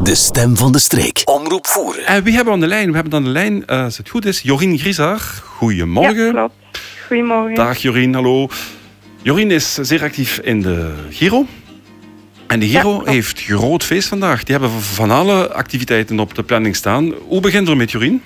De stem van de streek. Omroep Voeren. En wie hebben we aan de lijn? We hebben aan de lijn, als het goed is, Jorien Griesaar. Goedemorgen. Ja, klopt. Goedemorgen. Dag Jorien, hallo. Jorien is zeer actief in de Giro. En de Giro heeft groot feest vandaag. Die hebben van alle activiteiten op de planning staan. Hoe begint er met Jorien?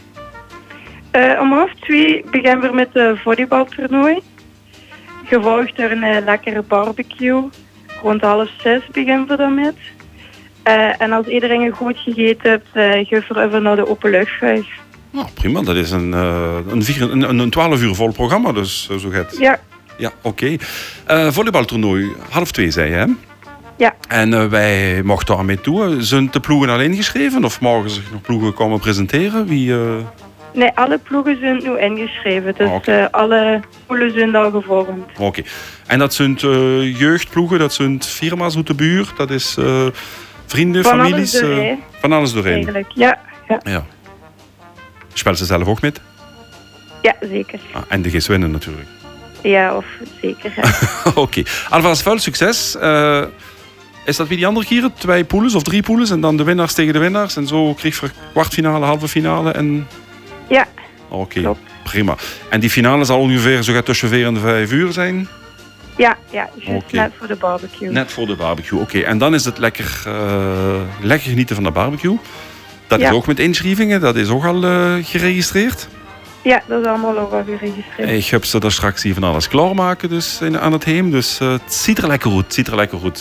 Om 2:30 beginnen we met de volleybaltoernooi. Gevolgd door een lekkere barbecue. Rond 5:30 beginnen we daarmee. En als iedereen goed gegeten heeft, gaan we even naar de openluchtvijf. Nou, prima, dat is een 12 uur vol programma, dus zo gaat. Ja. Ja, oké. Volleybaltoernooi, 2:30 zei je, hè? Ja. En wij mochten daar mee toe. Zijn de ploegen alleen ingeschreven of mogen zich nog ploegen komen presenteren? Nee, alle ploegen zijn nu ingeschreven. Dus alle ploegen zijn al gevormd. Oké. En dat zijn jeugdploegen, dat zijn firma's uit de buurt, dat is vrienden, van families? Alles doorheen. Van alles doorheen. Eigenlijk, ja. Spelen ze zelf ook met? Ja, zeker. En de GS winnen natuurlijk. Ja, of zeker. Ja. Oké. Alvast veel succes. Is dat wie die andere keren? 2 poules of 3 poules en dan de winnaars tegen de winnaars en zo kreeg je kwartfinale, halve finale en... Ja. Oké, prima. En die finale zal ongeveer zo gaat tussen 4 en 5 uur zijn? Ja, just net voor de barbecue. Net voor de barbecue, oké. En dan is het lekker genieten van de barbecue. Dat is ook met inschrijvingen, dat is ook al geregistreerd? Ja, dat is allemaal al geregistreerd. Ik heb ze daar straks hier van alles klaarmaken dus, aan het heem. Dus het ziet er lekker goed.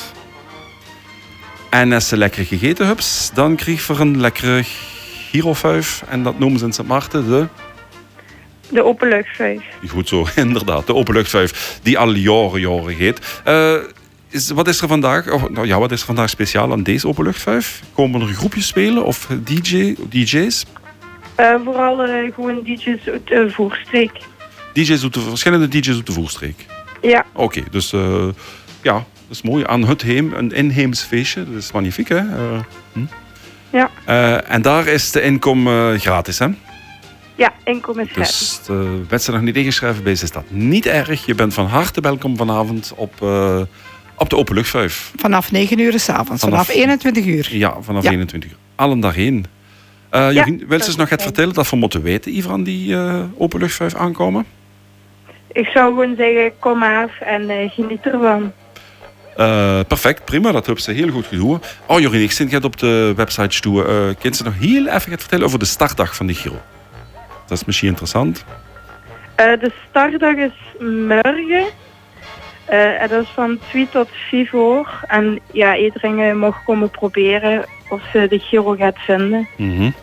En als ze lekker gegeten hebben, dan krijg je een lekkere Girofuif. En dat noemen ze in Sint Maarten de openluchtvuif. Goed zo, inderdaad. De openluchtvuif, die al jaren heet. Wat is er vandaag speciaal aan deze openluchtvuif? Komen er groepjes spelen of DJ's? Vooral gewoon DJ's uit de Voerstreek. Verschillende DJ's uit de Voerstreek? Ja. Oké, dus dat is mooi. Aan het heem, een inheems feestje. Dat is magnifiek, hè? Ja. En daar is de inkom gratis, hè? Ja, inkom is gratis. Dus werd ze nog niet ingeschreven bij, is dat niet erg. Je bent van harte welkom vanavond op de openluchtvuif. Vanaf 9 uur 's avonds, vanaf 21 uur. Ja, vanaf 21 uur. Allen daarheen. Jorien, wil ze eens nog het vertellen dat we moeten weten hier aan die openluchtvuif aankomen? Ik zou gewoon zeggen, kom af en geniet ervan. Perfect, prima, dat hebben ze heel goed gedaan. Oh Jorien, ik zit net op de website toe. Kun je nog heel even vertellen over de startdag van de Giro? Dat is misschien interessant. De startdag is morgen. En dat is van 2 tot 5 uur. En ja, iedereen mag komen proberen of ze de Giro gaat vinden. Mm-hmm.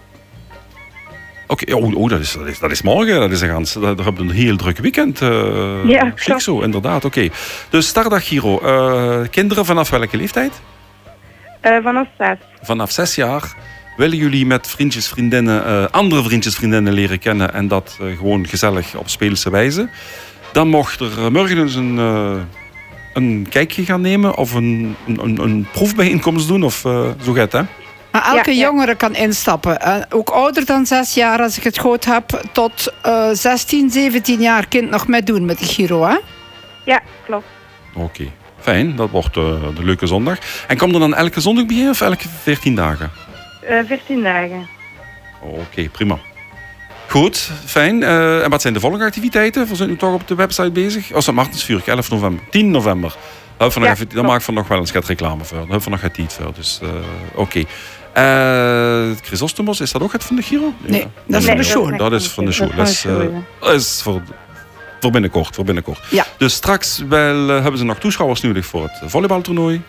Oké, dat is morgen. Dat is daar hebben we een heel druk weekend. Ja, chic zo, inderdaad. Oké. Dus startdag Giro. Kinderen vanaf welke leeftijd? Vanaf 6. Vanaf 6 jaar. Willen jullie met vriendjes, vriendinnen, andere vriendjes, vriendinnen leren kennen en dat gewoon gezellig op speelse wijze? Dan mocht er morgen dus een kijkje gaan nemen of een proefbijeenkomst doen of zo gaat, hè? Maar elke jongere kan instappen. Ook ouder dan 6 jaar, als ik het goed heb, tot 16, 17 jaar kind nog meedoen met de Giro, hè? Ja, klopt. Oké, fijn. Dat wordt de leuke zondag. En komt er dan elke zondag bij of elke 14 dagen? 14 dagen. Oké, prima. Goed, fijn. En wat zijn de volgende activiteiten? We zijn nu toch op de website bezig. St. Martensvuur, 11 november, 10 november. Dan maak ik van nog wel een schat reclame voor. Dan hebben we nog het tijd voor. Dus oké. Chrysostomos, is dat ook het van de Giro? Nee, dat is van de show. Dat is van de show. Dat is voor binnenkort. Ja. Dus straks hebben ze nog toeschouwers nodig voor het volleybaltoernooi.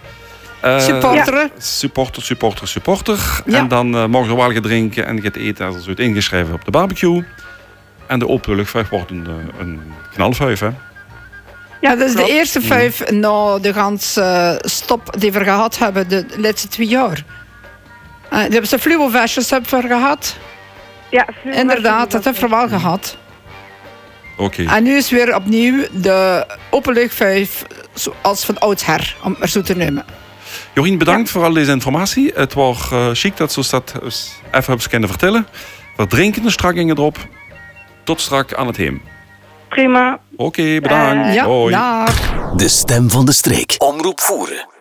Supporter. Ja. En dan mogen er wel gaan drinken en gaan eten als ze het ingeschreven op de barbecue. En de openluchtvuif wordt een knalvuif, hè? Ja, dat is de eerste vuif na de ganse stop die we gehad hebben de laatste 2 jaar. Die hebben ze fluovestjes gehad. Ja, inderdaad, dat hebben we wel gehad. Oké. En nu is weer opnieuw de openluchtvuif zoals van oudsher, om het maar zo te noemen. Jorien, bedankt voor al deze informatie. Het was chic dat ze dat even hebben kunnen vertellen. We drinken de strakkingen erop. Tot strak aan het heem. Prima. Oké, bedankt. Ja, hoi. dag. De stem van de streek. Omroep Voeren.